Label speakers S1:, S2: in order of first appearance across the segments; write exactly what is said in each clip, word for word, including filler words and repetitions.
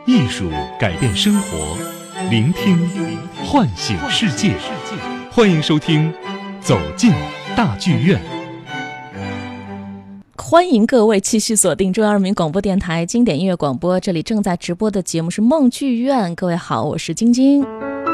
S1: 艺术改变生活，聆听唤醒世界。欢迎收听《走进大剧院》。
S2: 欢迎各位继续锁定中央人民广播电台经典音乐广播，这里正在直播的节目是梦剧院。各位好，我是晶晶。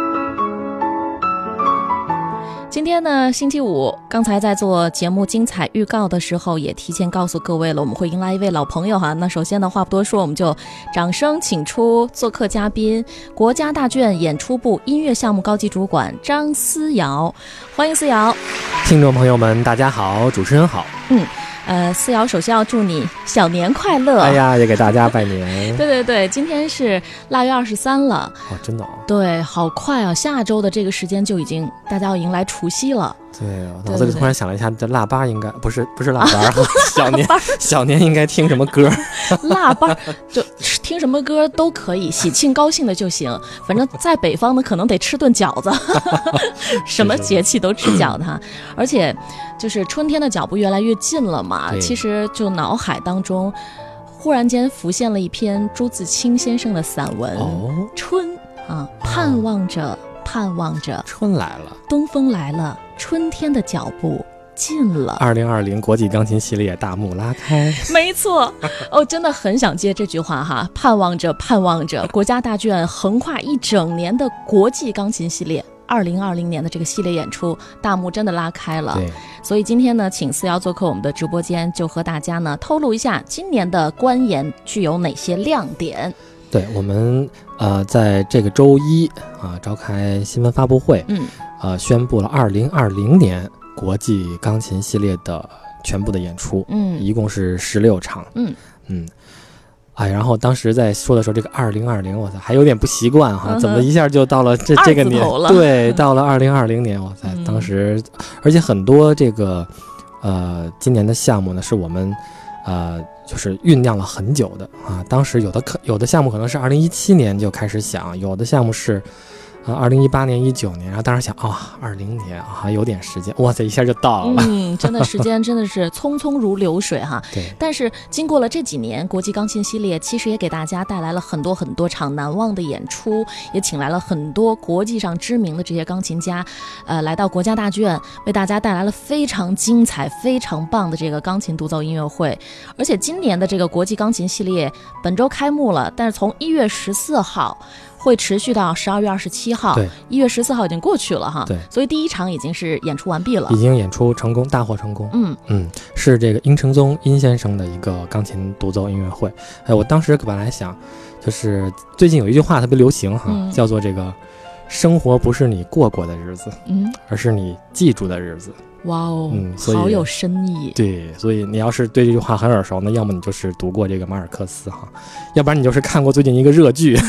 S2: 今天呢，星期五，刚才在做节目精彩预告的时候，也提前告诉各位了，我们会迎来一位老朋友哈。那首先呢，话不多说，我们就掌声请出做客嘉宾，国家大剧院演出部音乐项目高级主管张思瑶，欢迎思瑶。
S3: 听众朋友们，大家好，主持人好。
S2: 嗯。呃，思瑶首先要祝你小年快乐！
S3: 哎呀，也给大家拜年。
S2: 对对对，今天是腊月二十三了。
S3: 哦，真的、哦？对，
S2: 好快啊！下周的这个时间就已经大家要迎来除夕了。
S3: 对，脑子里突然想了一下，这腊八应该不是不是腊八，小年小年应该听什么歌？
S2: 腊八就听什么歌都可以，喜庆高兴的就行。反正在北方呢，可能得吃顿饺子，什么节气都吃饺子哈。而且就是春天的脚步越来越近了嘛，其实就脑海当中忽然间浮现了一篇朱自清先生的散文《哦、春》啊，盼望着。盼望着
S3: 春来了，
S2: 东风来了，春天的脚步近了。
S3: 二零二零国际钢琴系列大幕拉开，
S2: 没错。哦，真的很想接这句话哈，盼望着，盼望着，国家大剧院横跨一整年的国际钢琴系列。二零二零年的这个系列演出大幕真的拉开了，
S3: 对，
S2: 所以今天呢，请思瑶做客我们的直播间，就和大家呢透露一下今年的观演具有哪些亮点。
S3: 对，我们呃在这个周一啊召开新闻发布会，
S2: 嗯，
S3: 呃宣布了二零二零年国际钢琴系列的全部的演出，
S2: 嗯，
S3: 一共是十六场，
S2: 嗯
S3: 嗯，哎，然后当时在说的时候，这个二零二零，我操，还有点不习惯哈，
S2: 嗯、
S3: 怎么一下就到了这这个年？对，到了二零二零年，我操，
S2: 嗯、
S3: 当时，而且很多这个呃今年的项目呢，是我们呃。就是酝酿了很久的啊，当时有的可有的项目可能是二零一七年就开始想，有的项目是呃二零一八年、一九年，然后当时想啊，二零年啊还有点时间，哇塞，一下就到了。
S2: 嗯，真的时间真的是匆匆如流水哈。
S3: 对。
S2: 但是经过了这几年，国际钢琴系列其实也给大家带来了很多很多场难忘的演出，也请来了很多国际上知名的这些钢琴家，呃，来到国家大剧院，为大家带来了非常精彩、非常棒的这个钢琴独奏音乐会。而且今年的这个国际钢琴系列本周开幕了，但是从一月十四号。会持续到十二月二十七号，
S3: 对，
S2: 一月十四号已经过去了哈，
S3: 对，
S2: 所以第一场已经是演出完毕了，
S3: 已经演出成功，大获成功。
S2: 嗯
S3: 嗯，是这个殷承宗殷先生的一个钢琴独奏音乐会。哎，我当时本来想，就是最近有一句话特别流行哈，
S2: 嗯、
S3: 叫做这个生活不是你过过的日子，
S2: 嗯，
S3: 而是你记住的日子。
S2: 哇哦，
S3: 嗯，所以
S2: 好有深意。
S3: 对，所以你要是对这句话很耳熟呢，要么你就是读过这个马尔克斯哈，要不然你就是看过最近一个热剧。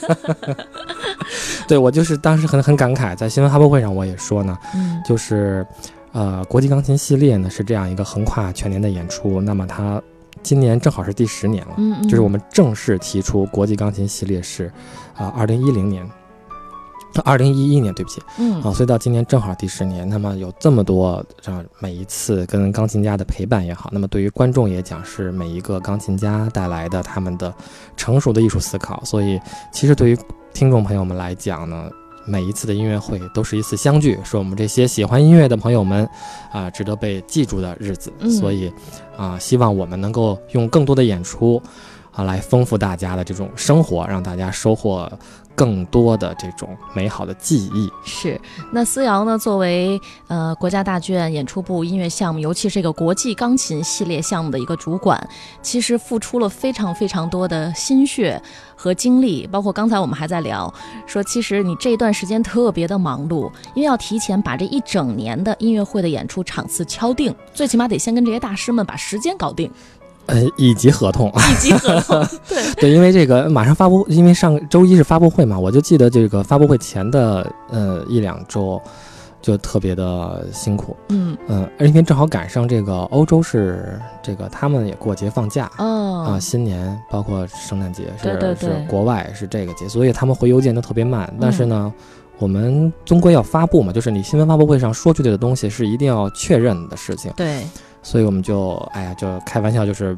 S3: 对，我就是当时很很感慨，在新闻发布会上我也说呢，
S2: 嗯，
S3: 就是呃，国际钢琴系列呢是这样一个横跨全年的演出，那么它今年正好是第十年了，
S2: 嗯嗯，
S3: 就是我们正式提出国际钢琴系列是啊，二零一零年。二零一一年，对不起，
S2: 嗯，
S3: 啊，所以到今年正好第十年。那么有这么多，这样每一次跟钢琴家的陪伴也好，那么对于观众也讲是每一个钢琴家带来的他们的成熟的艺术思考。所以其实对于听众朋友们来讲呢，每一次的音乐会都是一次相聚，是我们这些喜欢音乐的朋友们啊、呃、值得被记住的日子。
S2: 嗯、
S3: 所以啊、呃，希望我们能够用更多的演出啊来丰富大家的这种生活，让大家收获更多的这种美好的记忆。
S2: 是，那思瑶呢，作为呃国家大剧院演出部音乐项目，尤其是这个国际钢琴系列项目的一个主管，其实付出了非常非常多的心血和精力。包括刚才我们还在聊说，其实你这一段时间特别的忙碌，因为要提前把这一整年的音乐会的演出场次敲定，最起码得先跟这些大师们把时间搞定。
S3: 呃，以及合同，
S2: 以及合同，对
S3: 对，因为这个马上发布，因为上周一是发布会嘛，我就记得这个发布会前的呃一两周就特别的辛苦，
S2: 嗯
S3: 嗯，而因为正好赶上这个欧洲是这个他们也过节放假
S2: 哦
S3: 啊、呃，新年包括圣诞节是
S2: 对对对
S3: 是国外是这个节，所以他们回邮件都特别慢，但是呢。
S2: 嗯
S3: 我们终归要发布嘛，就是你新闻发布会上说出去的东西是一定要确认的事情。
S2: 对，
S3: 所以我们就哎呀，就开玩笑，就是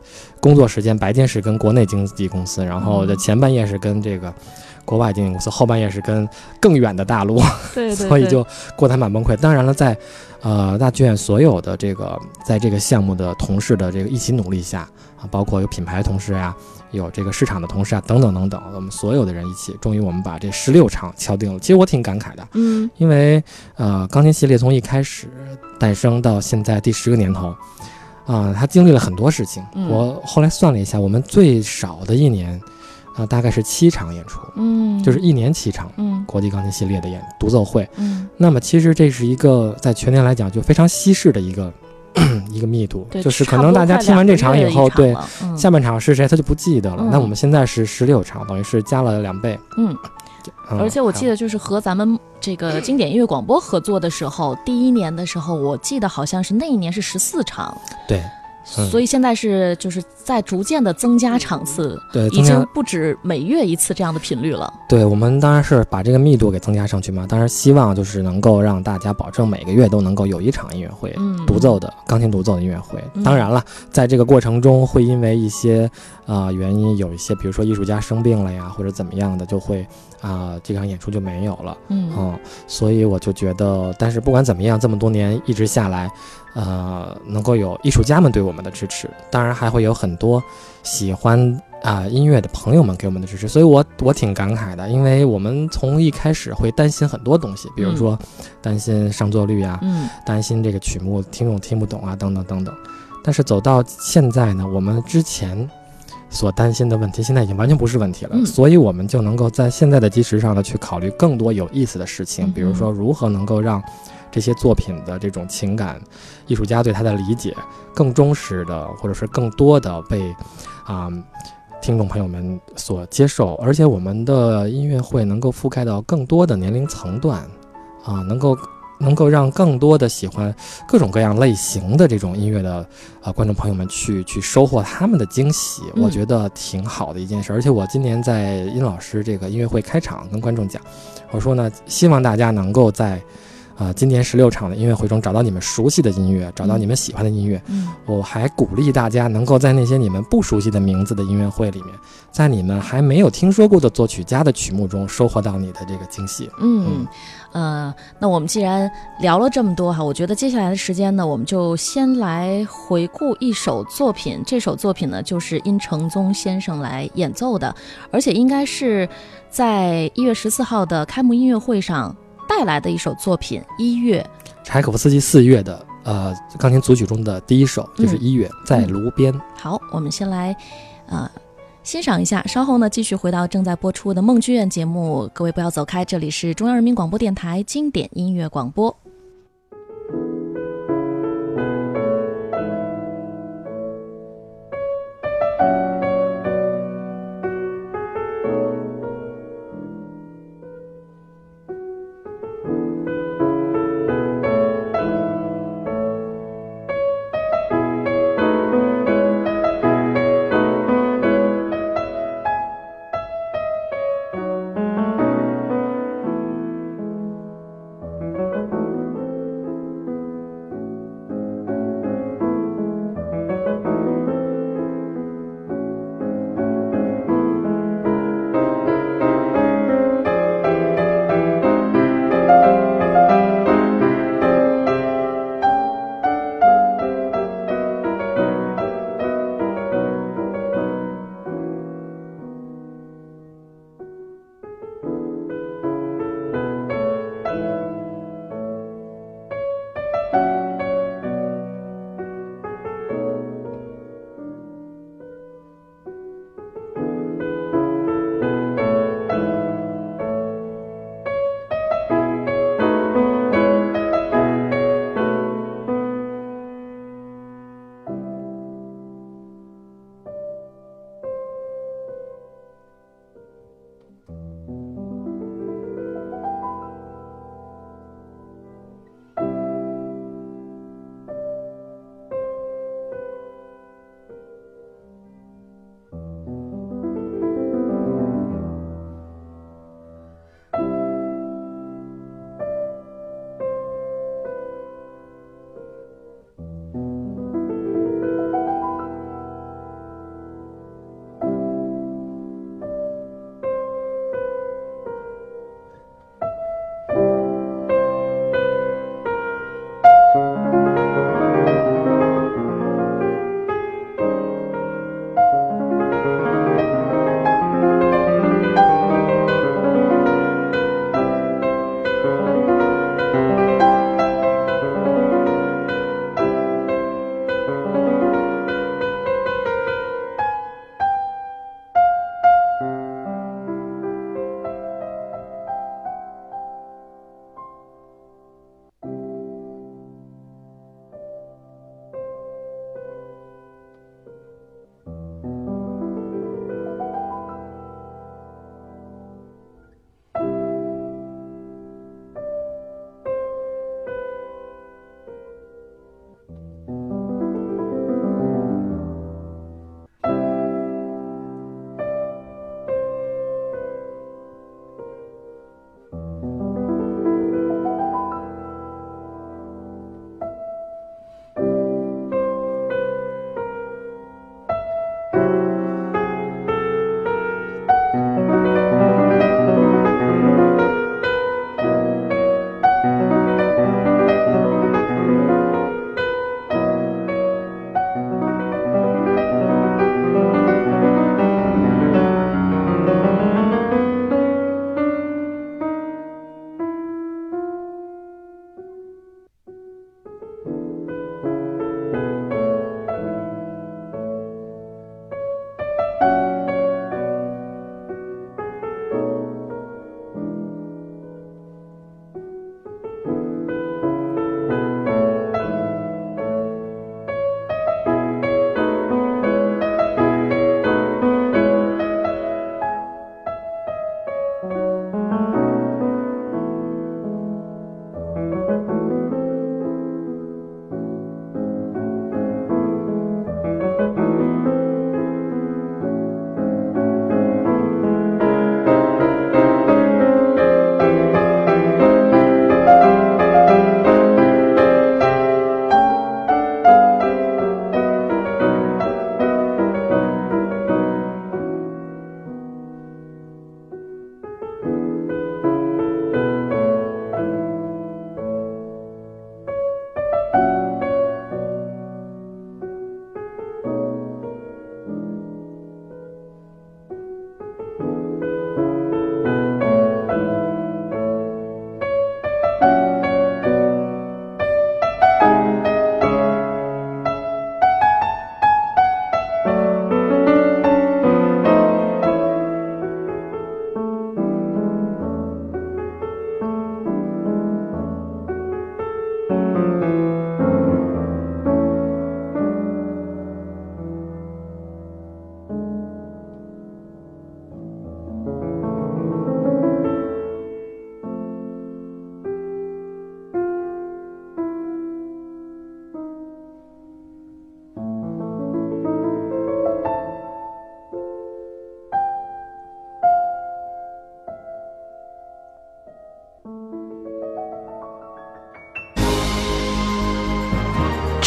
S3: 工作时间白天是跟国内经纪公司，然后的前半夜是跟这个国外经纪公司，后半夜是跟更远的大陆，
S2: 对对对，
S3: 所以就过得还蛮崩溃。当然了，在呃大剧院所有的这个在这个项目的同事的这个一起努力下啊，包括有品牌同事啊，有这个市场的同事啊，等等等等，我们所有的人一起，终于我们把这十六场敲定了。其实我挺感慨的，
S2: 嗯，
S3: 因为呃钢琴系列从一开始诞生到现在第十个年头，啊、呃，它经历了很多事情。
S2: 嗯、
S3: 我后来算了一下，我们最少的一年。啊、呃，大概是七场演出，
S2: 嗯，
S3: 就是一年七场，
S2: 嗯，
S3: 国际钢琴系列的演独奏会，
S2: 嗯，
S3: 那么其实这是一个在全年来讲就非常稀释的一个一个密度，就是可能大家听完这场以后，对、嗯、下半场是谁他就不记得了。那、嗯、我们现在是十六场，等于是加了两倍，
S2: 嗯，嗯而且我记得就是和咱们这个经典音乐广播合作的时候，第一年的时候，我记得好像是那一年是十四场，
S3: 对。
S2: 嗯、所以现在是就是在逐渐的增加场次，
S3: 对，
S2: 已经不止每月一次这样的频率了。
S3: 对，我们当然是把这个密度给增加上去嘛，当然希望就是能够让大家保证每个月都能够有一场音乐会，嗯，独奏的钢琴独奏的音乐会。嗯、当然了，在这个过程中会因为一些啊、呃、原因，有一些比如说艺术家生病了呀，或者怎么样的，就会啊、呃、这场演出就没有了，嗯嗯，所以我就觉得，但是不管怎么样，这么多年一直下来。呃，能够有艺术家们对我们的支持，当然还会有很多喜欢啊、呃、音乐的朋友们给我们的支持，所以我我挺感慨的，因为我们从一开始会担心很多东西，比如说担心上座率啊，嗯，担心这个曲目听众听不懂啊，等等等等。但是走到现在呢，我们之前所担心的问题，现在已经完全不是问题了，嗯、所以我们就能够在现在的基石上呢，去考虑更多有意思的事情，嗯、比如说如何能够让这些作品的这种情感，艺术家对他的理解更忠实的，或者是更多的被啊、呃、听众朋友们所接受，而且我们的音乐会能够覆盖到更多的年龄层段啊、呃，能够能够让更多的喜欢各种各样类型的这种音乐的啊、呃、观众朋友们去去收获他们的惊喜，我觉得挺好的一件事。嗯、而且我今年在殷老师这个音乐会开场跟观众讲，我说呢，希望大家能够在啊、呃，今年十六场的音乐会中找到你们熟悉的音乐，找到你们喜欢的音乐。嗯，我还鼓励大家能够在那些你们不熟悉的名字的音乐会里面，在你们还没有听说过的作曲家的曲目中收获到你的这个惊喜。
S2: 嗯，嗯呃，那我们既然聊了这么多哈，我觉得接下来的时间呢，我们就先来回顾一首作品。这首作品呢，就是殷承宗先生来演奏的，而且应该是在一月十四号的开幕音乐会上带来的一首作品《一月》，
S3: 柴可夫斯基四乐的呃钢琴组曲中的第一首，就是《一月》，嗯、在炉边。
S2: 好，我们先来呃欣赏一下，稍后呢继续回到正在播出的梦剧院节目。各位不要走开，这里是中央人民广播电台经典音乐广播。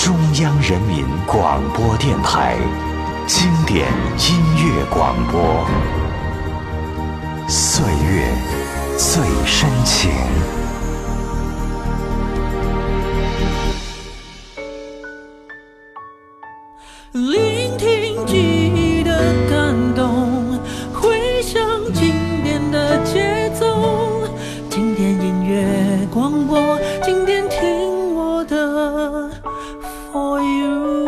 S4: 中央人民广播电台经典音乐广播，岁月最深情。
S5: 聆听记忆的感动，回想经典的节奏，经典音乐广播，经典听我的 For You。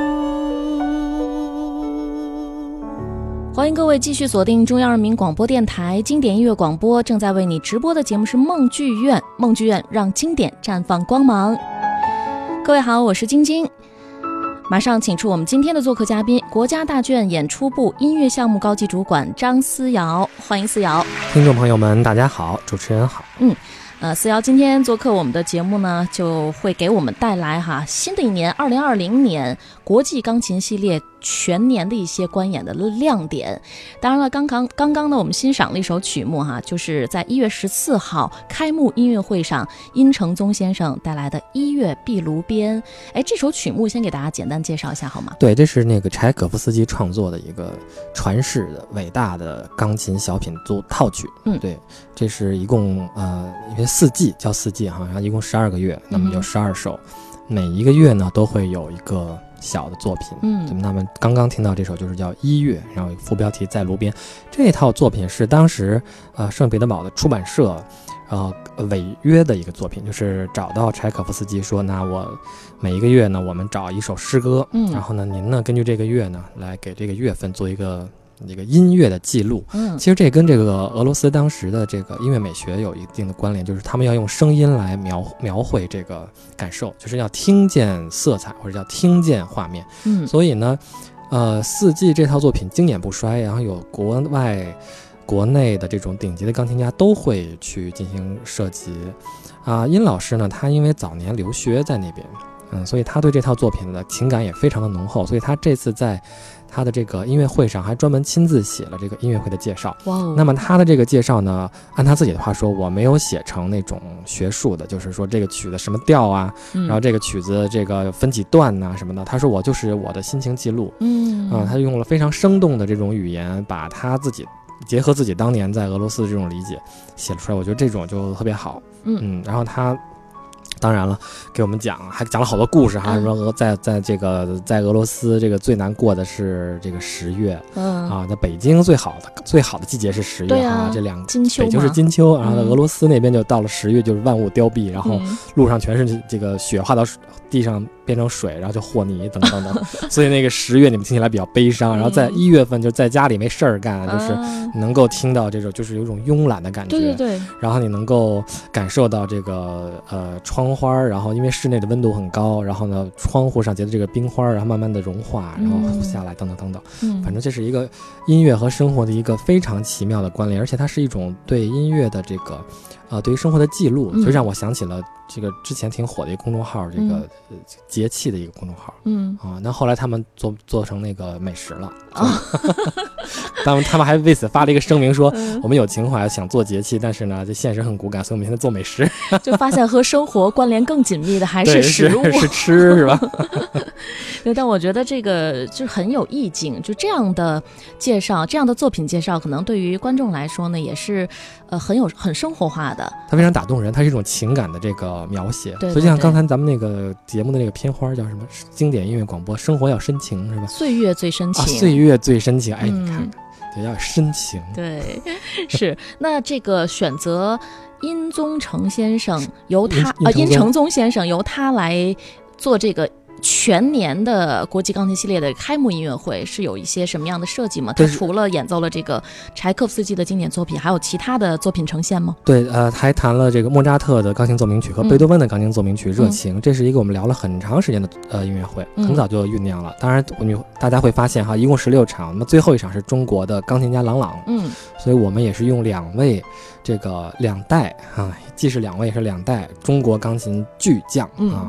S2: 欢迎各位继续锁定中央人民广播电台经典音乐广播，正在为你直播的节目是梦剧院，梦剧院让经典绽放光芒。各位好，我是晶晶。马上请出我们今天的做客嘉宾，国家大剧院演出部音乐项目高级主管张思瑶，欢迎思瑶。
S3: 听众朋友们大家好，主持人好。
S2: 嗯呃，思瑶今天做客我们的节目呢，就会给我们带来哈新的一年二零二零年国际钢琴系列全年的一些观演的亮点。当然了，刚刚刚刚呢，我们欣赏了一首曲目哈，就是在一月十四号开幕音乐会上，殷承宗先生带来的《一月壁炉边》。哎，这首曲目先给大家简单介绍一下好吗？
S3: 对，这是那个柴可夫斯基创作的一个传世的伟大的钢琴小品组套曲。
S2: 嗯，
S3: 对，这是一共呃，因为四季叫四季哈，然后一共十二个月，那么有十二首，嗯、每一个月呢都会有一个小的作品。
S2: 嗯，
S3: 那么刚刚听到这首就是叫《一月》，然后副标题在炉边。这套作品是当时呃圣彼得堡的出版社呃违约的一个作品，就是找到柴可夫斯基说，那我每一个月呢，我们找一首诗歌，
S2: 嗯，
S3: 然后呢，您呢根据这个月呢来给这个月份做一个这个音乐的记录。
S2: 嗯，
S3: 其实这跟这个俄罗斯当时的这个音乐美学有一定的关联，就是他们要用声音来描描绘这个感受，就是要听见色彩或者叫听见画面。
S2: 嗯，所
S3: 以呢，呃，四季这套作品经典不衰，然后有国外、国内的这种顶级的钢琴家都会去进行设计。啊，殷老师呢，他因为早年留学在那边，嗯，所以他对这套作品的情感也非常的浓厚，所以他这次在他的这个音乐会上还专门亲自写了这个音乐会的介绍。
S2: 哇哦！
S3: 那么他的这个介绍呢，按他自己的话说，我没有写成那种学术的，就是说这个曲子什么调啊，
S2: 嗯、
S3: 然后这个曲子这个分几段呐、啊、什么的。他说我就是我的心情记录。
S2: 嗯
S3: 啊、呃，他用了非常生动的这种语言，把他自己结合自己当年在俄罗斯的这种理解写了出来，我觉得这种就特别好。
S2: 嗯
S3: 嗯，然后他。当然了，给我们讲，还讲了好多故事哈。
S2: 嗯、
S3: 说俄在在这个在俄罗斯，这个最难过的是这个十月，
S2: 嗯
S3: 啊，在北京最好的最好的季节是十月
S2: 啊，
S3: 这两
S2: 金秋，
S3: 北京是金秋，然后在
S2: 嗯、
S3: 俄罗斯那边就到了十月，就是万物凋敝，然后路上全是这个雪化到地上变成水，然后就和泥等等等，所以那个十月你们听起来比较悲伤。然后在一月份就在家里没事儿干，
S2: 嗯、
S3: 就是能够听到这种就是有一种慵懒的感觉，
S2: 对对对，
S3: 然后你能够感受到这个呃窗花，然后因为室内的温度很高，然后呢窗户上结的这个冰花，然后慢慢的融化，然后下来等等等等，
S2: 嗯，
S3: 反正这是一个音乐和生活的一个非常奇妙的关联，而且它是一种对音乐的这个呃对于生活的记录，就让我想起了这个之前挺火的一个公众号，这个、呃、节气的一个公众号，
S2: 嗯
S3: 啊，那后来他们做做成那个美食了，啊，当然他们还为此发了一个声明说，
S2: 嗯、
S3: 我们有情怀想做节气，但是呢这现实很骨感，所以我们现在做美食，
S2: 就发现和生活关联更紧密的还是食物，
S3: 是, 是吃是吧？
S2: 对，但我觉得这个就很有意境，就这样的介绍，这样的作品介绍，可能对于观众来说呢，也是呃很有很生活化的，
S3: 它非常打动人，它是一种情感的这个描写。
S2: 对对对，
S3: 所以像刚才咱们那个节目的那个片花叫什么？经典音乐广播，生活要深情是吧？
S2: 岁月最深情，
S3: 啊、岁月最深情。哎，
S2: 嗯、
S3: 你看，就要深情。
S2: 对，是。那这个选择殷宗成先生，由他啊殷承宗先生由他来做这个全年的国际钢琴系列的开幕音乐会，是有一些什么样的设计吗？他除了演奏了这个柴可夫斯基的经典作品，还有其他的作品呈现吗？
S3: 对，呃，还弹了这个莫扎特的钢琴奏鸣曲和贝多芬的钢琴奏鸣曲《热情》，嗯，这是一个我们聊了很长时间的呃音乐会，很早就酝酿了。嗯，当然，你大家会发现哈，一共十六场，那么最后一场是中国的钢琴家郎朗，嗯，所以我们也是用两位这个两代啊，既是两位也是两代中国钢琴巨匠啊。嗯，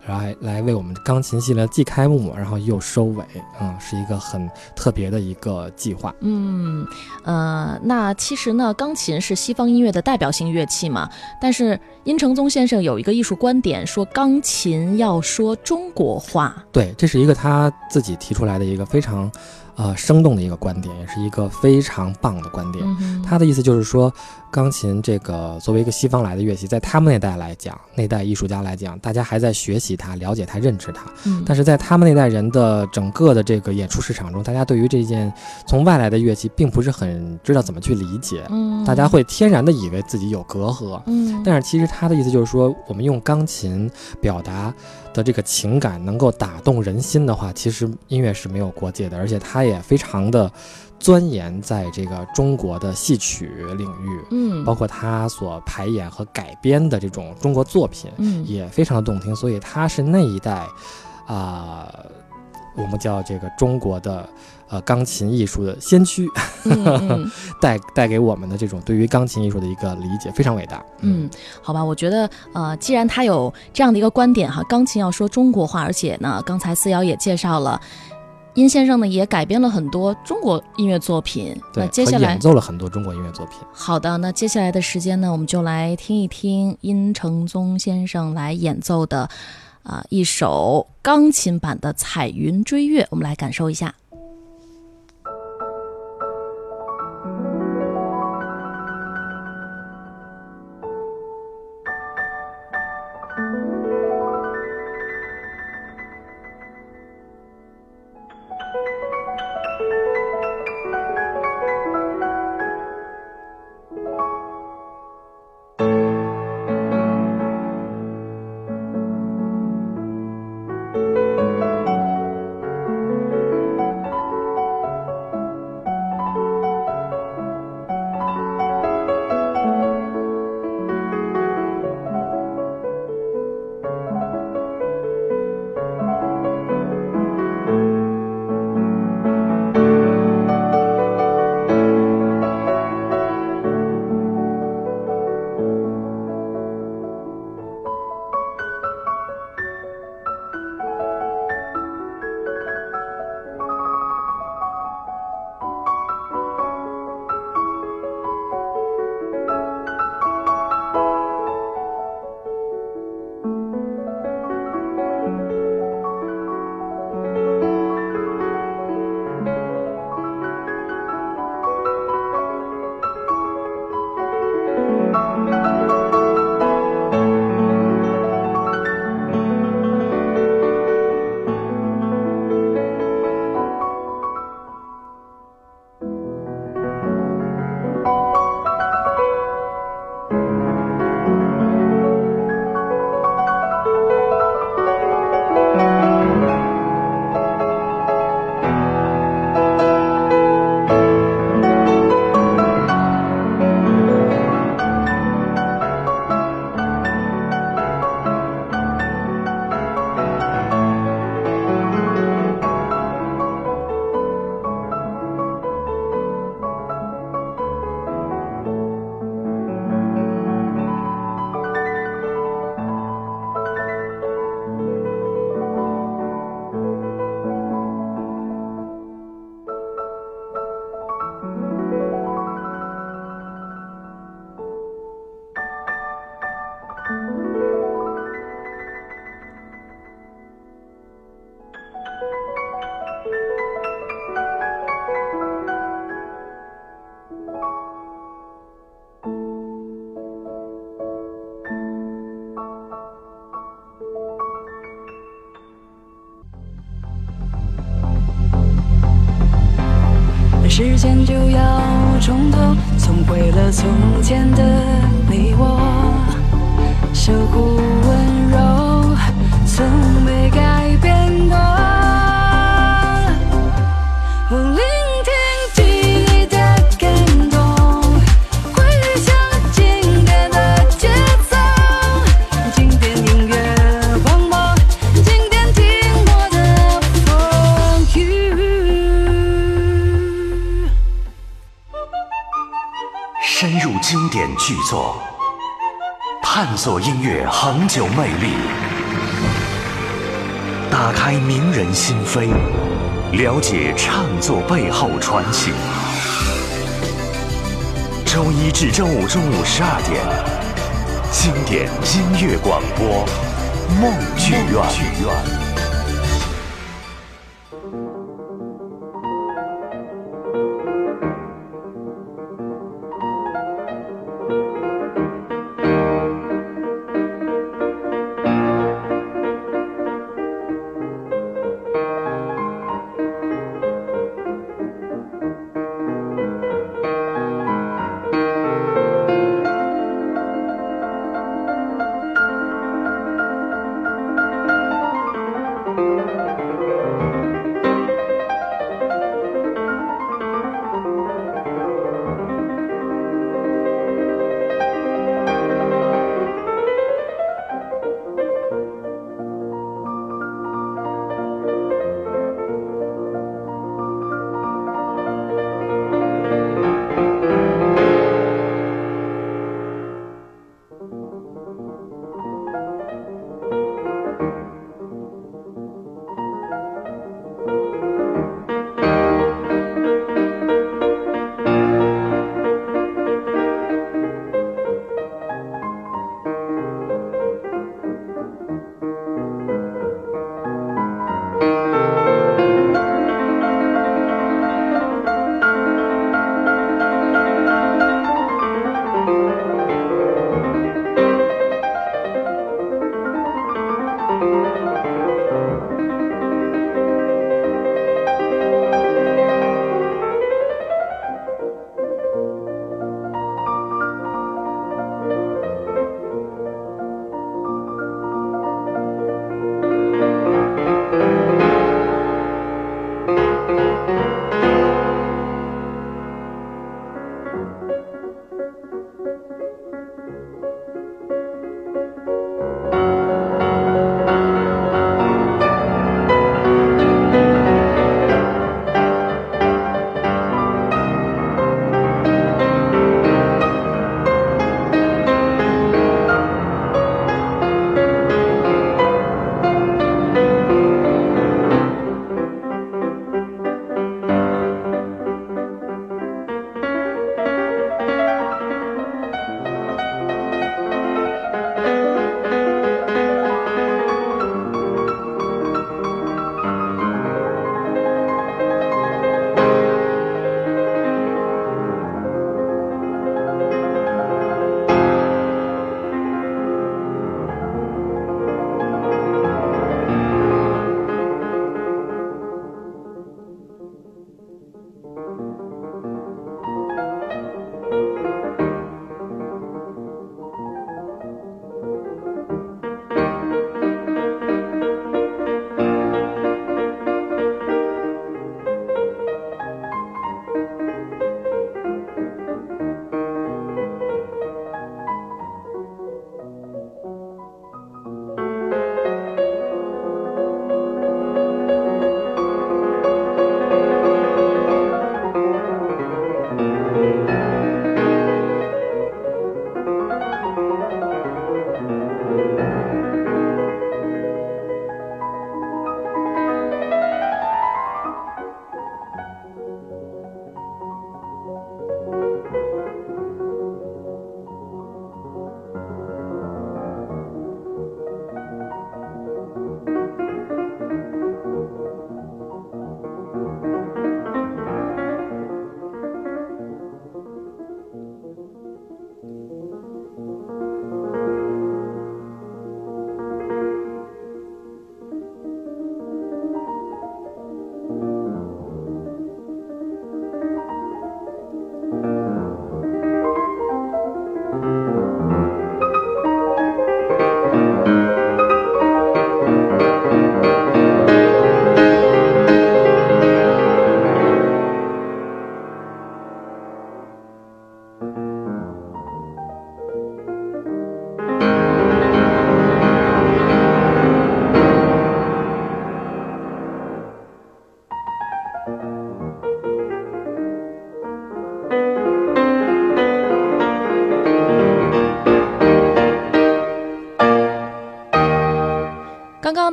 S3: 来来为我们钢琴系列既开幕，然后又收尾，嗯，是一个很特别的一个计划。
S2: 嗯，呃，那其实呢，钢琴是西方音乐的代表性乐器嘛，但是殷承宗先生有一个艺术观点，说钢琴要说中国话。
S3: 对，这是一个他自己提出来的一个非常呃生动的一个观点，也是一个非常棒的观点。
S2: 嗯、
S3: 他的意思就是说，钢琴这个作为一个西方来的乐器，在他们那代来讲，那代艺术家来讲，大家还在学习它、了解它、认知它。
S2: 嗯，
S3: 但是在他们那代人的整个的这个演出市场中，大家对于这件从外来的乐器并不是很知道怎么去理解。
S2: 嗯，
S3: 大家会天然的以为自己有隔阂。
S2: 嗯，
S3: 但是其实他的意思就是说，我们用钢琴表达的这个情感能够打动人心的话，其实音乐是没有国界的，而且它也非常的钻研在这个中国的戏曲领域，
S2: 嗯，
S3: 包括他所排演和改编的这种中国作品，
S2: 嗯，
S3: 也非常的动听，所以他是那一代啊、呃，我们叫这个中国的呃钢琴艺术的先驱，
S2: 嗯嗯、
S3: 带带给我们的这种对于钢琴艺术的一个理解非常伟大。
S2: 嗯，好吧，我觉得呃，既然他有这样的一个观点哈，钢琴要说中国话，而且呢，刚才思瑶也介绍了。殷先生呢也改编了很多中国音乐作品，
S3: 对，
S2: 那接下来
S3: 演奏了很多中国音乐作品。
S2: 好的，那接下来的时间呢，我们就来听一听殷承宗先生来演奏的啊、呃、一首钢琴版的《彩云追月》，我们来感受一下。
S5: 时间就要重头，重回了从前的你我，守护温柔，从没改变过。我聆听记忆的感动，回想经典的节奏，经典音乐广播，经典听我的风雨。
S4: 深入经典巨作，探索音乐恒久魅力。 打开名人心扉，了解唱作背后传奇。周一至周五中午十二点，经典音乐广播，梦剧院。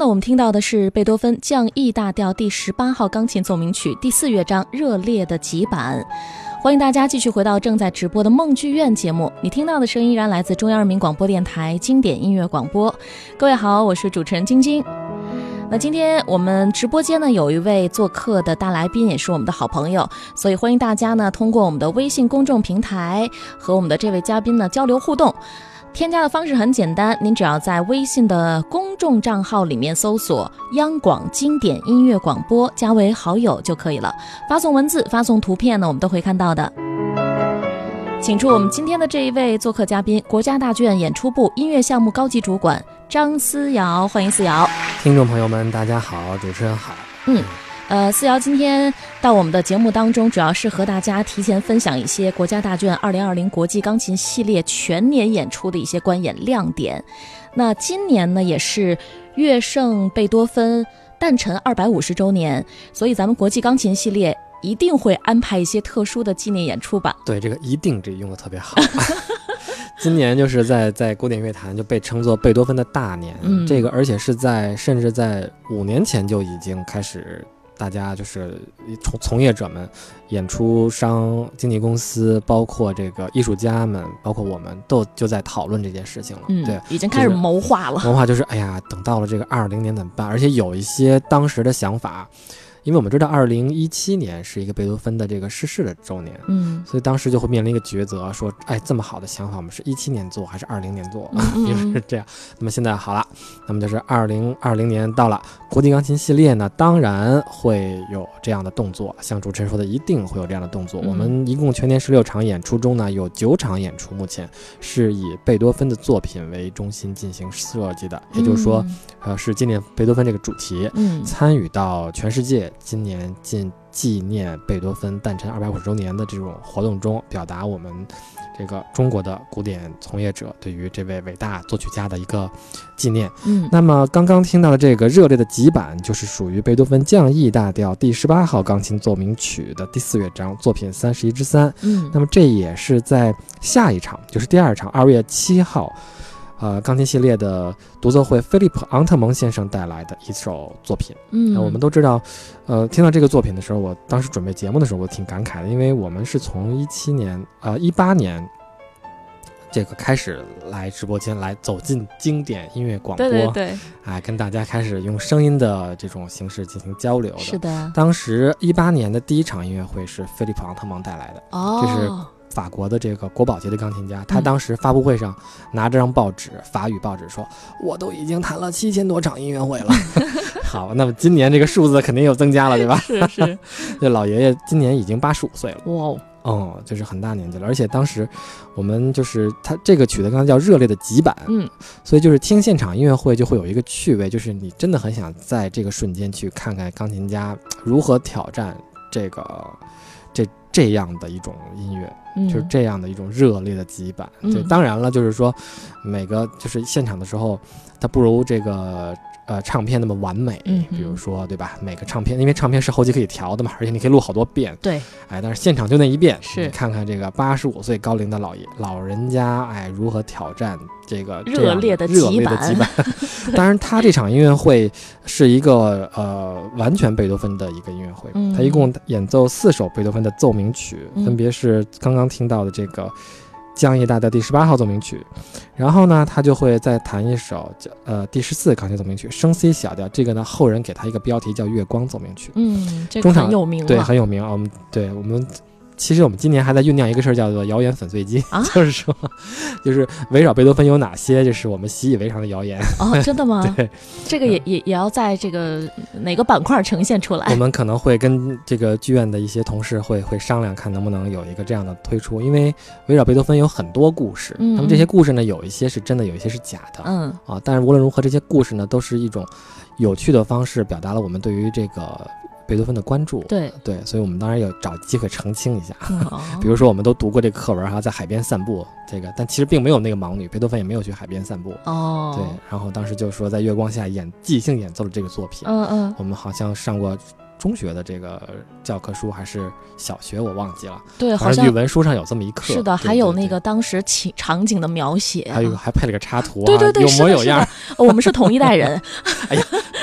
S2: 我们听到的是贝多芬降 E 大调第十八号钢琴奏鸣曲第四乐章热烈的极版。欢迎大家继续回到正在直播的梦剧院节目，你听到的声音依然来自中央人民广播电台经典音乐广播。各位好，我是主持人晶晶。那今天我们直播间呢有一位做客的大来宾，也是我们的好朋友，所以欢迎大家呢通过我们的微信公众平台和我们的这位嘉宾呢交流互动。添加的方式很简单，您只要在微信的公众账号里面搜索央广经典音乐广播，加为好友就可以了。发送文字发送图片呢我们都会看到的。请出我们今天的这一位做客嘉宾，国家大剧院演出部音乐项目高级主管张思瑶，欢迎思瑶。
S3: 听众朋友们大家好，主持人好。
S2: 嗯呃，思瑶今天到我们的节目当中，主要是和大家提前分享一些国家大剧院二零二零国际钢琴系列全年演出的一些观演亮点。那今年呢也是乐圣贝多芬诞辰二百五十周年，所以咱们国际钢琴系列一定会安排一些特殊的纪念演出吧？
S3: 对，这个一定这用的特别好。今年就是在在古典乐坛就被称作贝多芬的大年，嗯，这个而且是在甚至在五年前就已经开始，大家就是从从业者们、演出商、经纪公司，包括这个艺术家们，包括我们都就在讨论这件事情了。
S2: 嗯，
S3: 对，
S2: 已经开始谋划了。
S3: 谋划就是，哎呀，等到了这个二零年怎么办？而且有一些当时的想法。因为我们知道二零一七年是一个贝多芬的这个逝世的周年，嗯，所以当时就会面临一个抉择，说，哎，这么好的想法，我们是一七年做还是二零年做？嗯，就是这样。那么现在好了，那么就是二零二零年到了，国际钢琴系列呢，当然会有这样的动作，像主持人说的，一定会有这样的动作。嗯，我们一共全年十六场演出中呢，有九场演出目前是以贝多芬的作品为中心进行设计的，也就是说，嗯，呃，是纪念贝多芬这个主题，嗯，参与到全世界。今年进纪念贝多芬诞辰二百五十周年的这种活动中，表达我们这个中国的古典从业者对于这位伟大作曲家的一个纪念。嗯，那么刚刚听到的这个热烈的极版，就是属于贝多芬降 E 大调第十八号钢琴奏鸣曲的第四乐章，作品三十一之三。嗯，那么这也是在下一场，就是第二场，二月七号。呃，钢琴系列的独奏会，菲利普·昂特蒙先生带来的一首作品。嗯，呃、我们都知道，呃，听到这个作品的时候，我当时准备节目的时候，我挺感慨的，因为我们是从一七年，呃，一八年这个开始来直播间来走进经典音乐广播，
S2: 对对对，
S3: 哎、呃，跟大家开始用声音的这种形式进行交流的。
S2: 是的，
S3: 当时一八年的第一场音乐会是菲利普·昂特蒙带来的，哦，这是。法国的这个国宝级的钢琴家，他当时发布会上拿着张报纸，法语报纸说：“我都已经弹了七千多场音乐会了。”好，那么今年这个数字肯定又增加了，对吧？
S2: 是是，
S3: 这老爷爷今年已经八十五岁了。
S2: 哇，
S3: 哦，就是很大年纪了。而且当时我们就是他这个曲子刚才叫热烈的极版，嗯，所以就是听现场音乐会就会有一个趣味，就是你真的很想在这个瞬间去看看钢琴家如何挑战这个这这样的一种音乐。就是这样的一种热烈的极版，嗯，就当然了，就是说每个就是现场的时候，它不如这个呃唱片那么完美，嗯，比如说对吧？每个唱片，因为唱片是后期可以调的嘛，而且你可以录好多遍，
S2: 对，
S3: 哎，但是现场就那一遍，
S2: 是
S3: 你看看这个八十五岁高龄的老爷老人家，哎，如何挑战这个
S2: 热烈的
S3: 极版。当然，他这场音乐会是一个呃完全贝多芬的一个音乐会，嗯，他一共演奏四首贝多芬的奏鸣曲，嗯，分别是刚刚听到的这个降 E 大调第十八号奏鸣曲，然后呢，他就会再弹一首呃第十四钢琴奏鸣曲升 C 小调，这个呢后人给他一个标题叫月光奏鸣曲，
S2: 嗯，这个很有名了，
S3: 对，很有名啊。我们对我们。其实我们今年还在酝酿一个事儿，叫做谣言粉碎机，啊，就是说，就是围绕贝多芬有哪些，就是我们习以为常的谣言。
S2: 哦，真的吗？
S3: 对，
S2: 这个也也也要在这个哪个板块呈现出来？
S3: 我们可能会跟这个剧院的一些同事会会商量，看能不能有一个这样的推出，因为围绕贝多芬有很多故事，嗯，那么这些故事呢，有一些是真的，有一些是假的，嗯啊，但是无论如何，这些故事呢，都是一种有趣的方式，表达了我们对于这个。贝多芬的关注，
S2: 对
S3: 对，所以我们当然要找机会澄清一下。哦，比如说，我们都读过这个课文哈，在海边散步，这个，但其实并没有那个盲女，贝多芬也没有去海边散步。哦，对，然后当时就说在月光下演即兴演奏了这个作品。嗯嗯，我们好像上过中学的这个教科书还是小学，我忘记了。
S2: 对，好像
S3: 语文书上有这么一课。
S2: 是的，还有那个当时情场景的描写，
S3: 还有还配了个插图，
S2: 对对对，
S3: 有模有样。
S2: 我们是同一代人。
S3: 哎呀，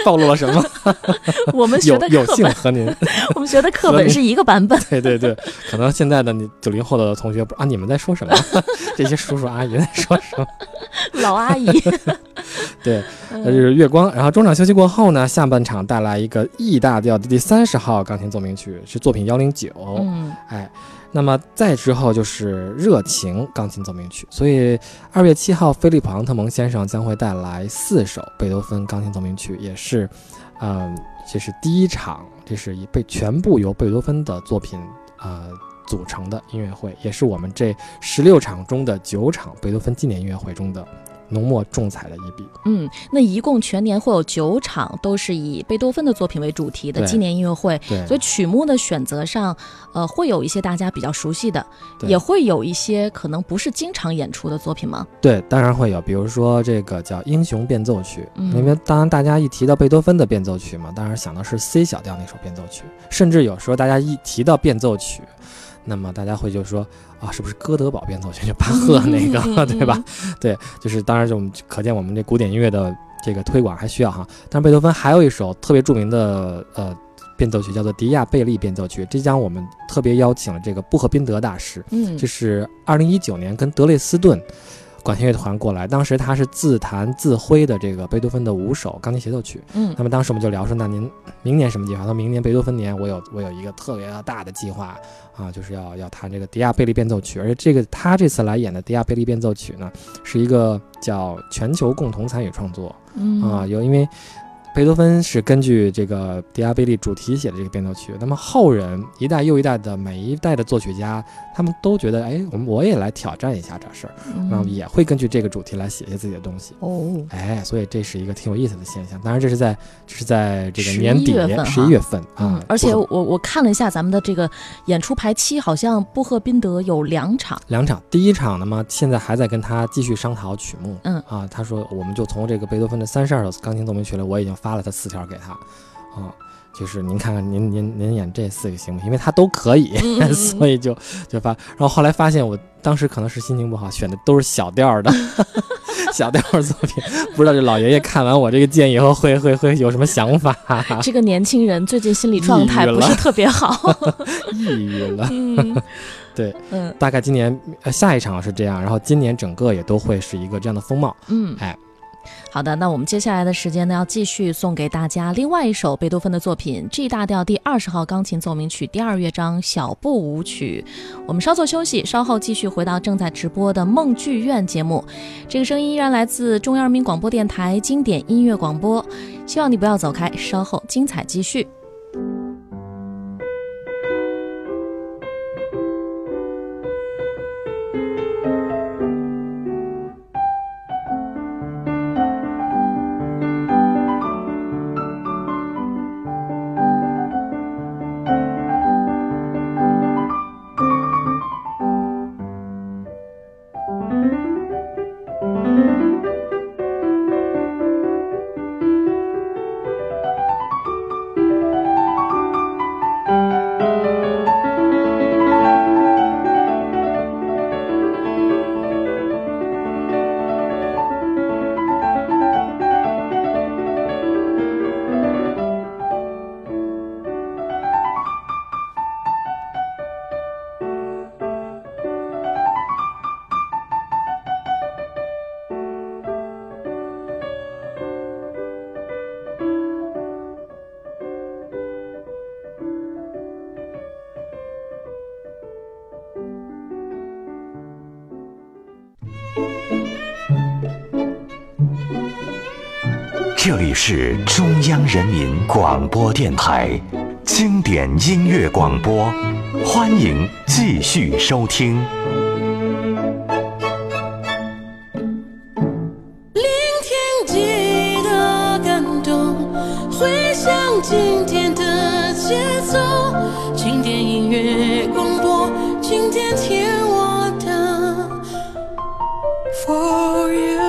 S3: 暴露了什么？
S2: 我们学的
S3: 有有
S2: 课本，
S3: 幸和您，
S2: 我们学的课本是一个版本。
S3: 对对对，可能现在的你九零后的同学不啊，你们在说什么？这些叔叔阿姨在说什么？
S2: 老阿姨，
S3: 对，这是月光。然后中场休息过后呢，下半场带来一个 E 大调的第三十号钢琴奏鸣曲，是作品幺零九。
S2: 嗯，
S3: 哎。那么再之后就是热情钢琴奏鸣曲，所以二月七号，菲利普·昂特蒙先生将会带来四首贝多芬钢琴奏鸣曲，也是，嗯，这是第一场，这是以被全部由贝多芬的作品呃组成的音乐会，也是我们这十六场中的九场贝多芬纪念音乐会中的浓墨重彩的一笔。
S2: 嗯，那一共全年会有九场，都是以贝多芬的作品为主题的纪念音乐会。
S3: 对，
S2: 所以曲目的选择上，呃，会有一些大家比较熟悉的，也会有一些可能不是经常演出的作品吗？
S3: 对，当然会有，比如说这个叫《英雄变奏曲》，
S2: 嗯，
S3: 因为当然大家一提到贝多芬的变奏曲嘛，当然想的是 C 小调那首变奏曲，甚至有时候大家一提到变奏曲，那么大家会就说啊，是不是哥德堡变奏曲，就巴赫那个，嗯、对吧？对，就是当然就我们可见我们这古典音乐的这个推广还需要哈。但是贝多芬还有一首特别著名的呃变奏曲，叫做《迪亚贝利变奏曲》，这将我们特别邀请了这个布赫宾德大师，
S2: 嗯，
S3: 这是二零一九年跟德累斯顿管弦乐团过来，当时他是自弹自挥的这个贝多芬的五首钢琴协奏曲。
S2: 嗯，
S3: 那么当时我们就聊说，那您明年什么计划？他说明年贝多芬年，我有我有一个特别大的计划啊，就是要要弹这个迪亚贝利变奏曲，而且这个他这次来演的迪亚贝利变奏曲呢，是一个叫全球共同参与创作，
S2: 嗯
S3: 啊，有因为。贝多芬是根据这个迪亚贝利主题写的这个变奏曲，那么后人一代又一代的每一代的作曲家，他们都觉得，哎，我们我也来挑战一下这事儿，然后也会根据这个主题来写一些自己的东西。
S2: 哦，
S3: 哎，所以这是一个挺有意思的现象。当然，这是在这是在这个年底十一月份啊、
S2: 嗯，而且我我看了一下咱们的这个演出排期，好像布赫宾德有两场，
S3: 两场。第一场呢嘛，现在还在跟他继续商讨曲目。
S2: 嗯
S3: 啊，他说我们就从这个贝多芬的三十二首钢琴奏鸣曲了，我已经发了他四条给他，啊，就是您看看您您您演这四个行不行？因为他都可以，嗯、所以就就发。然后后来发现，我当时可能是心情不好，选的都是小调的小调作品，不知道这老爷爷看完我这个建议以后会会会有什么想法？
S2: 这个年轻人最近心理状态不是特别好，
S3: 抑郁了。
S2: 嗯
S3: 对，
S2: 嗯，
S3: 大概今年呃下一场是这样，然后今年整个也都会是一个这样的风貌。
S2: 嗯，
S3: 哎。
S2: 好的，那我们接下来的时间呢，要继续送给大家另外一首贝多芬的作品 G 大调第二十号钢琴奏鸣曲第二乐章小步舞曲。我们稍作休息，稍后继续回到正在直播的梦剧院节目。这个声音依然来自中央人民广播电台经典音乐广播，希望你不要走开，稍后精彩继续。
S4: 这里是中央人民广播电台经典音乐广播，欢迎继续收听。
S5: 聆听记得感动，回想经典的节奏，经典音乐广播，经典听我的 For you。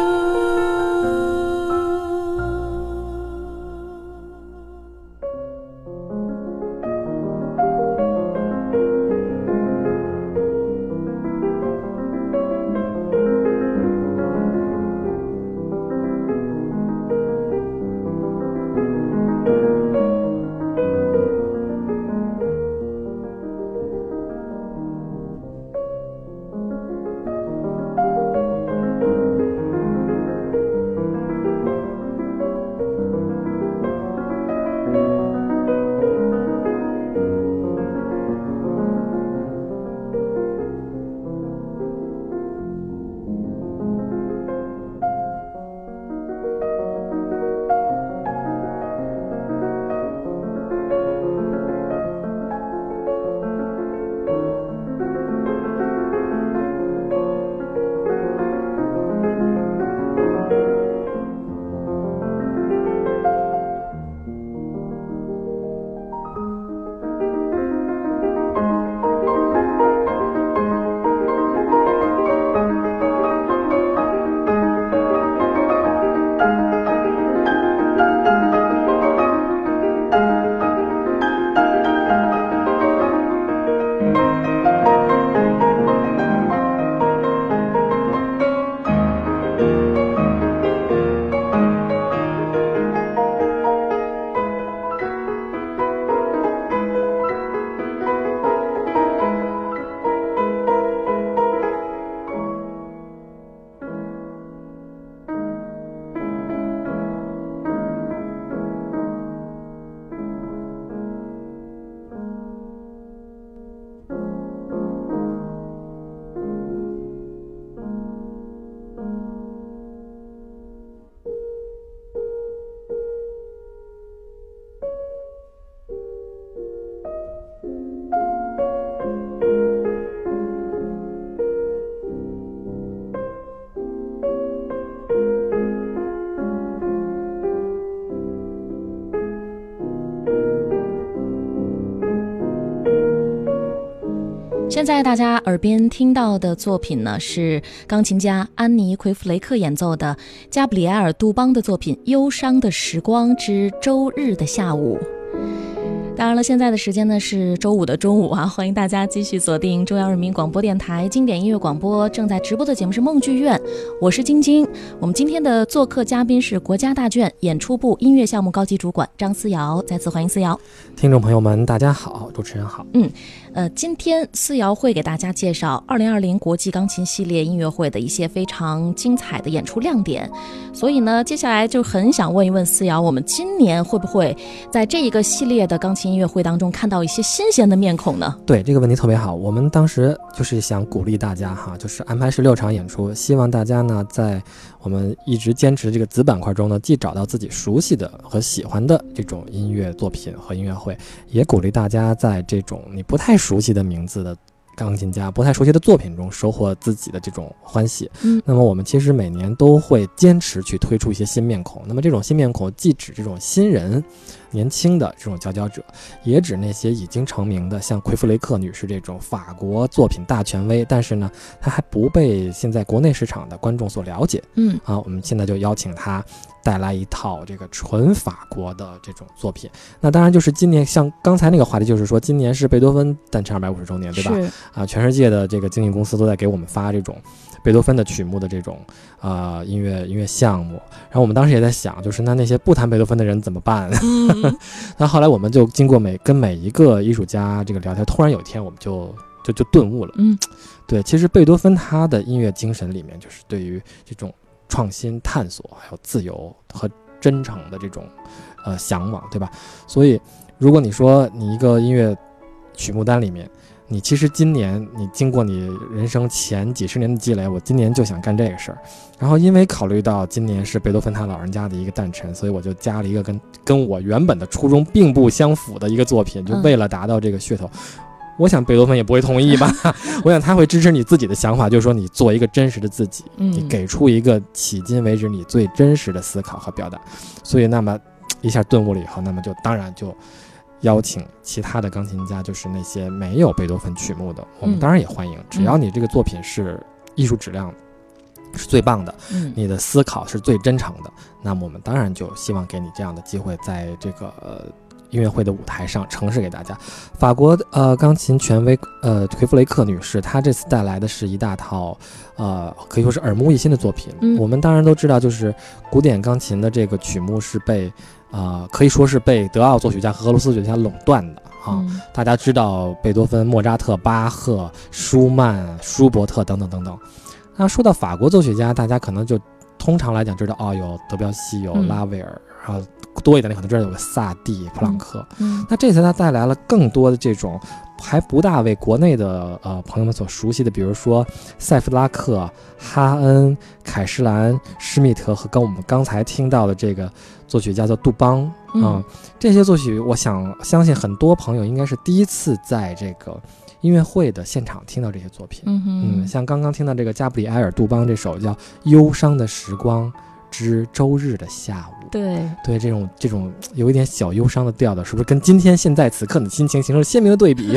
S2: 现在大家耳边听到的作品呢，是钢琴家安妮·奎弗雷克演奏的加布里埃尔·杜邦的作品《忧伤的时光之周日的下午》。当然了，现在的时间呢是周五的中午啊，欢迎大家继续锁定中央人民广播电台经典音乐广播，正在直播的节目是梦剧院，我是晶晶。我们今天的做客嘉宾是国家大剧院演出部音乐项目高级主管张思瑶，再次欢迎思瑶。
S3: 听众朋友们大家好，主持人好。
S2: 嗯呃，今天思瑶会给大家介绍二零二零国际钢琴系列音乐会的一些非常精彩的演出亮点，所以呢，接下来就很想问一问思瑶，我们今年会不会在这一个系列的钢琴音乐会当中看到一些新鲜的面孔呢？
S3: 对，这个问题特别好，我们当时就是想鼓励大家哈，就是安排十六场演出，希望大家呢在我们一直坚持这个子板块中呢，既找到自己熟悉的和喜欢的这种音乐作品和音乐会，也鼓励大家在这种你不太熟悉的名字的钢琴家、不太熟悉的作品中收获自己的这种欢喜。嗯，那么我们其实每年都会坚持去推出一些新面孔。那么这种新面孔既指这种新人、年轻的这种佼佼者，也指那些已经成名的，像奎弗雷克女士这种法国作品大权威，但是呢，她还不被现在国内市场的观众所了解。嗯，啊，我们现在就邀请她带来一套这个纯法国的这种作品。那当然就是今年，像刚才那个话题，就是说今年是贝多芬诞辰二百五十周年，对吧？是啊，全世界的这个经纪公司都在给我们发这种贝多芬的曲目的这种啊、呃、音乐音乐项目。然后我们当时也在想，就是那那些不弹贝多芬的人怎么办？嗯、那后来我们就经过每跟每一个艺术家这个聊天，突然有一天我们就就就顿悟了。嗯，对，其实贝多芬他的音乐精神里面，就是对于这种创新、探索，还有自由和真诚的这种呃向往，对吧？所以，如果你说你一个音乐曲目单里面，你其实今年你经过你人生前几十年的积累，我今年就想干这个事儿。然后因为考虑到今年是贝多芬他老人家的一个诞辰，所以我就加了一个跟跟我原本的初衷并不相符的一个作品，就为了达到这个噱头。嗯，我想贝多芬也不会同意吧我想他会支持你自己的想法，就是说你做一个真实的自己，你给出一个迄今为止你最真实的思考和表达。所以那么一下顿悟了以后，那么就当然就邀请其他的钢琴家，就是那些没有贝多芬曲目的，我们当然也欢迎，只要你这个作品是艺术质量是最棒的，你的思考是最真诚的，那么我们当然就希望给你这样的机会，在这个呃音乐会的舞台上呈示给大家。法国呃钢琴权威呃奎弗雷克女士，她这次带来的是一大套呃可以说是耳目一新的作品。嗯，我们当然都知道，就是古典钢琴的这个曲目是被呃可以说是被德奥作曲家和俄罗斯作曲家垄断的啊。嗯，大家知道贝多芬、莫扎特、巴赫、舒曼、舒伯特等等等等。那说到法国作曲家，大家可能就通常来讲知道哦，有德彪西，有拉威尔，然后多一点的可能知道有个萨蒂、普朗克。嗯，嗯那这次他带来了更多的这种还不大为国内的呃朋友们所熟悉的，比如说塞夫拉克、哈恩、凯诗兰、施密特和跟我们刚才听到的这个作曲家叫杜邦啊、嗯嗯，这些作曲我想相信很多朋友应该是第一次在这个音乐会的现场听到这些作品。嗯嗯，像刚刚听到这个加布里埃尔·杜邦这首叫《忧伤的时光之周日的下午》，对对，这种这种有一点小忧伤的调调，是不是跟今天现在此刻的心情形成了鲜明的对比？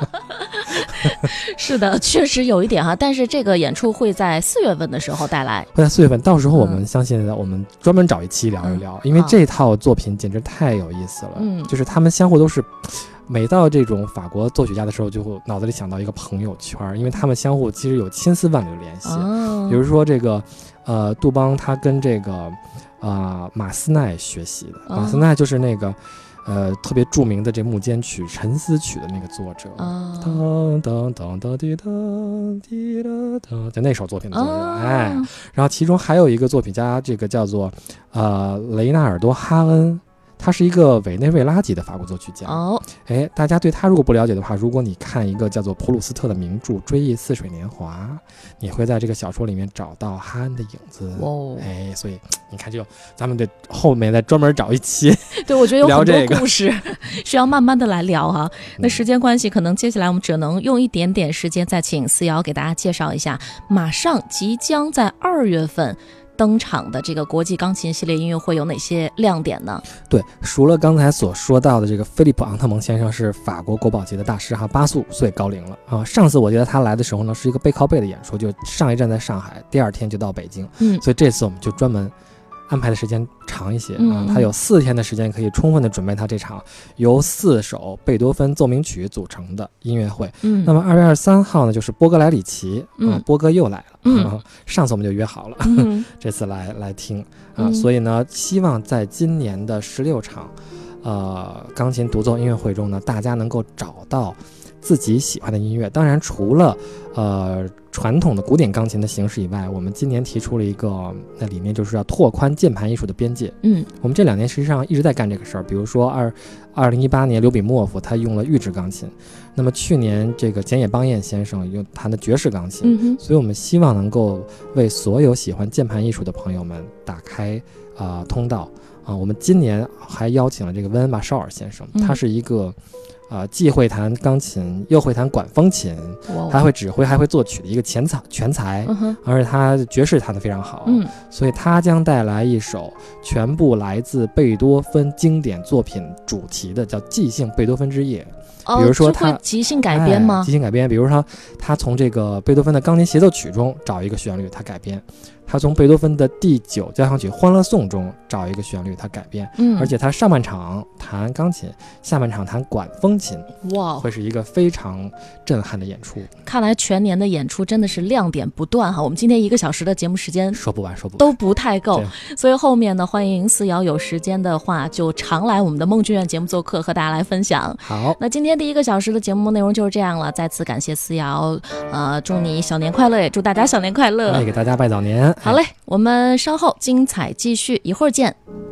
S2: 是的，确实有一点哈。但是这个演出会在四月份的时候带来，
S3: 会在四月份，到时候我们相信我们专门找一期聊一聊，嗯、因为这套作品简直太有意思了。嗯，就是他们相互都是。每到这种法国作曲家的时候，就会脑子里想到一个朋友圈，因为他们相互其实有千丝万缕的联系。哦、比如说这个，呃，杜邦他跟这个，啊、呃、马斯奈学习的，哦、马斯奈就是那个，呃，特别著名的这幕间曲《沉思曲》的那个作者。当当当当滴当滴答当，就那首作品的作者。哦、哎，然后其中还有一个作曲家，这个叫做呃雷纳尔多哈恩。他是一个委内瑞拉籍的法国作曲家。哦，哎，大家对他如果不了解的话，如果你看一个叫做普鲁斯特的名著《追忆似水年华》，你会在这个小说里面找到哈恩的影子。哦，哎，所以你看就，就咱们得后面再专门找一期。
S2: 对，我觉得有很多故事需要慢慢的来聊哈、啊。那时间关系，可能接下来我们只能用一点点时间，再请思瑶给大家介绍一下，马上即将在二月份登场的这个国际钢琴系列音乐会有哪些亮点呢？
S3: 对，除了刚才所说到的这个菲利普·昂特蒙先生是法国国宝级的大师哈，八十五岁高龄了啊。上次我记得他来的时候呢，是一个背靠背的演出，就上一站在上海，第二天就到北京，
S2: 嗯，
S3: 所以这次我们就专门安排的时间长一些啊，
S2: 嗯嗯
S3: 他有四天的时间可以充分的准备他这场由四首贝多芬奏鸣曲组成的音乐会。
S2: 嗯，
S3: 那么二月二十三号呢，就是波格莱里奇，
S2: 嗯
S3: 啊，波哥又来了，
S2: 嗯
S3: 啊，上次我们就约好了，
S2: 嗯
S3: 这次来来听啊，
S2: 嗯
S3: 所以呢，希望在今年的十六场，呃，钢琴独奏音乐会中呢，大家能够找到自己喜欢的音乐。当然，除了呃传统的古典钢琴的形式以外，我们今年提出了一个那理念，就是要拓宽键盘艺术的边界。
S2: 嗯，
S3: 我们这两年实际上一直在干这个事儿。比如说二二零一八年，刘比莫夫他用了预制钢琴，那么去年这个简野邦彦先生用弹的爵士钢琴。
S2: 嗯哼，
S3: 所以我们希望能够为所有喜欢键盘艺术的朋友们打开啊、呃、通道啊。我们今年还邀请了这个温恩巴绍尔先生，
S2: 嗯
S3: 他是一个。啊、呃，既会弹钢琴，又会弹管风琴，
S2: 哇
S3: 还会指挥，还会作曲的一个全才全才，
S2: 嗯哼，
S3: 而且他爵士弹得非常好，
S2: 嗯，
S3: 所以他将带来一首全部来自贝多芬经典作品主题的，叫即兴贝多芬之夜。
S2: 哦，
S3: 比如说他
S2: 就会即兴改编吗？
S3: 哎、即兴改编，比如说他从这个贝多芬的钢琴协奏曲中找一个旋律，他改编；他从贝多芬的第九交响曲《欢乐颂》中找一个旋律，他改编。
S2: 嗯，
S3: 而且他上半场弹钢琴，下半场弹管风琴，
S2: 哇，
S3: 会是一个非常震撼的演出。
S2: 看来全年的演出真的是亮点不断哈。我们今天一个小时的节目时间
S3: 说不完，说不完
S2: 都不太够，
S3: 对，
S2: 所以后面呢，欢迎思瑶有时间的话就常来我们的梦剧院节目做客，和大家来分享。
S3: 好，
S2: 那今天第一个小时的节目内容就是这样了，再次感谢思瑶，呃，祝你小年快乐，也祝大家小年快乐，
S3: 也给大家拜早年。
S2: 好嘞，我们稍后精彩继续，一会儿见。